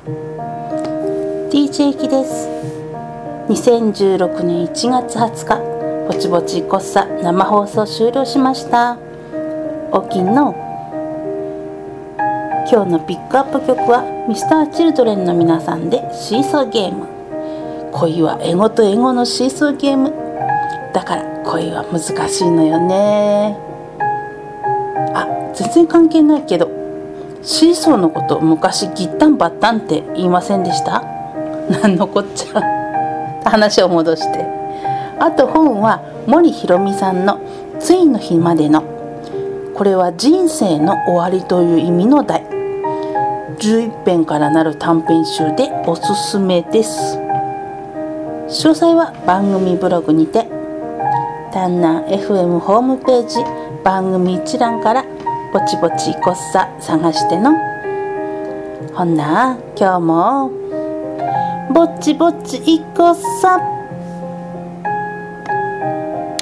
DJ きです。2016年1月20日、ぼちぼちこっさ生放送終了しました。おきの今日のピックアップ曲は Mr.Children の皆さんでシーソーゲーム。恋は英語と英語のシーソーゲームだから恋は難しいのよね。全然関係ないけど、シーソーのこと昔ギッタンバッタンって言いませんでした？なんのこっちゃ話を戻して、あと本は森博美さんのついの日までの、これは人生の終わりという意味の題、11編からなる短編集でおすすめです。詳細は番組ブログにて、タンナー FM ホームページ番組一覧からぼちぼちこっさ探しての。ほんな今日もぼちぼちいこっさ。